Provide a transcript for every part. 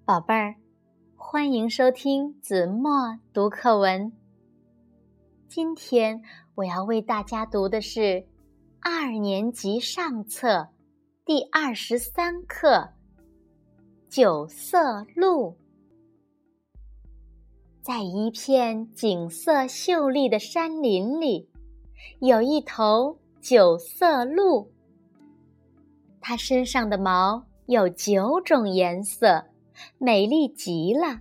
宝贝儿，欢迎收听子墨读课文。今天我要为大家读的是2年级上册第23课《九色鹿》。在一片景色秀丽的山林里，有一头九色鹿。它身上的毛有9种颜色，美丽极了。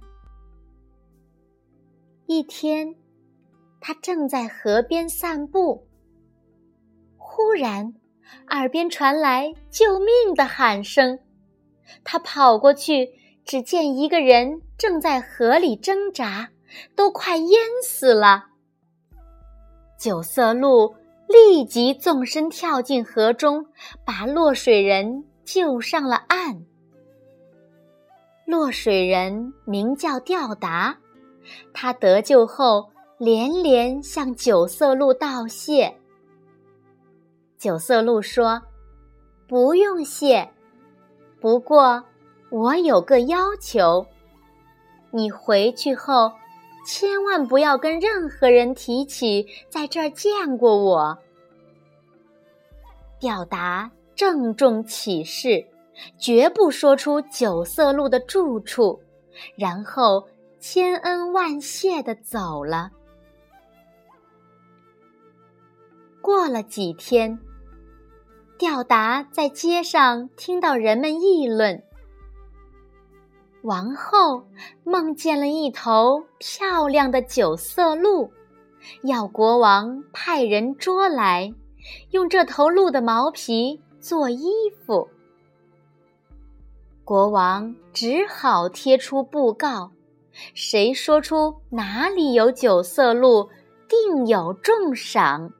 一天，它正在河边散步，忽然耳边传来救命的喊声。它跑过去，只见一个人正在河里挣扎，都快淹死了。九色鹿立即纵身跳进河中，把落水人救上了岸。落水人名叫吊达，他得救后连连向九色鹿道谢。九色鹿说：“不用谢，不过我有个要求，你回去后千万不要跟任何人提起在这儿见过我。”吊达郑重其事，绝不说出九色鹿的住处，然后千恩万谢地走了。过了几天，吊达在街上听到人们议论，王后梦见了一头漂亮的九色鹿，要国王派人捉来，用这头鹿的毛皮做衣服。国王只好贴出布告，谁说出哪里有九色鹿，定有重赏。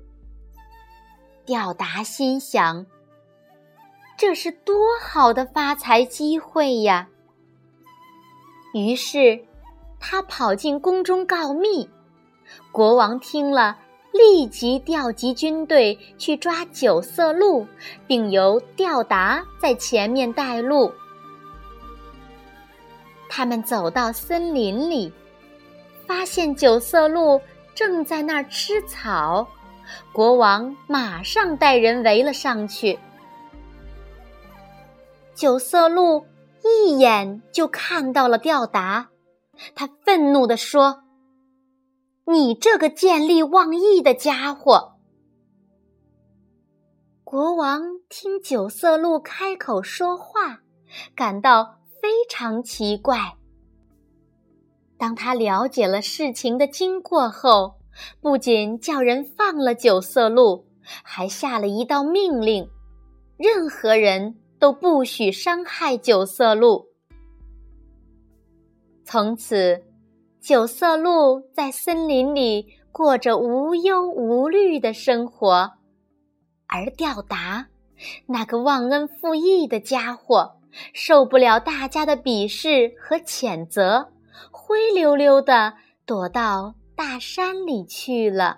吊达心想，这是多好的发财机会呀！于是他跑进宫中告密。国王听了，立即调集军队去抓九色鹿，并由吊达在前面带路。他们走到森林里，发现九色鹿正在那儿吃草，国王马上带人围了上去。九色鹿一眼就看到了吊达，他愤怒地说：“你这个见利忘义的家伙！”国王听九色鹿开口说话，感到非常奇怪。当他了解了事情的经过后，不仅叫人放了九色鹿，还下了一道命令，任何人都不许伤害九色鹿。从此，九色鹿在森林里过着无忧无虑的生活，而吊达，那个忘恩负义的家伙，受不了大家的鄙视和谴责，灰溜溜地躲到大山里去了。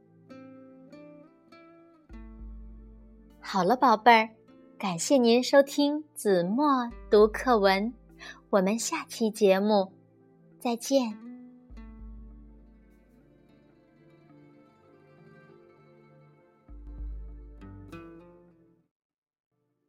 好了，宝贝儿，感谢您收听子墨读课文，我们下期节目再见。